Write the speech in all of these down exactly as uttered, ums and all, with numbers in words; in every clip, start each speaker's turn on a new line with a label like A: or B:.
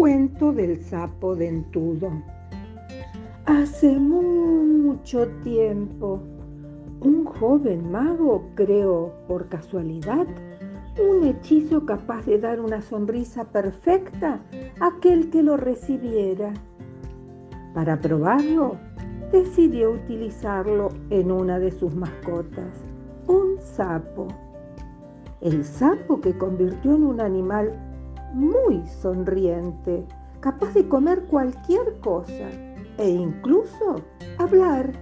A: Cuento del sapo dentudo. Hace mucho tiempo, un joven mago creó, por casualidad, un hechizo capaz de dar una sonrisa perfecta a aquel que lo recibiera. Para probarlo, decidió utilizarlo en una de sus mascotas, un sapo. El sapo que convirtió en un animal muy sonriente, capaz de comer cualquier cosa e incluso hablar.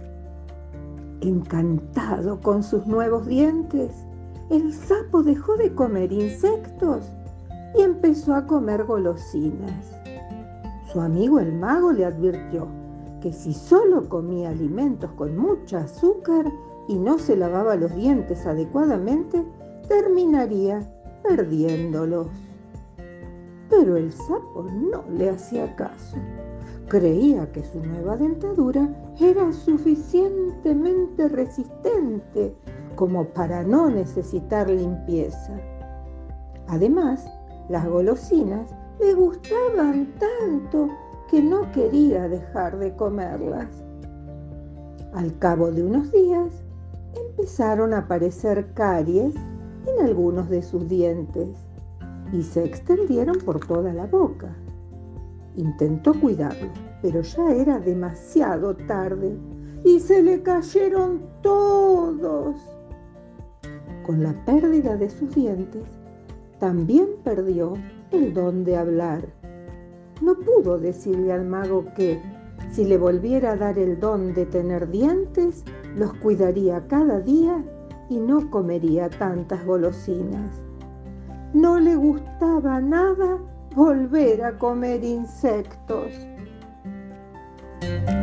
A: Encantado con sus nuevos dientes, el sapo dejó de comer insectos y empezó a comer golosinas. Su amigo el mago le advirtió que si solo comía alimentos con mucha azúcar y no se lavaba los dientes adecuadamente, terminaría perdiéndolos. Pero el sapo no le hacía caso. Creía que su nueva dentadura era suficientemente resistente como para no necesitar limpieza. Además, las golosinas le gustaban tanto que no quería dejar de comerlas. Al cabo de unos días, empezaron a aparecer caries en algunos de sus dientes y se extendieron por toda la boca. Intentó cuidarlo, pero ya era demasiado tarde y se le cayeron todos. Con la pérdida de sus dientes, también perdió el don de hablar. No pudo decirle al mago que, si le volviera a dar el don de tener dientes, los cuidaría cada día y no comería tantas golosinas. No le gustaba nada volver a comer insectos.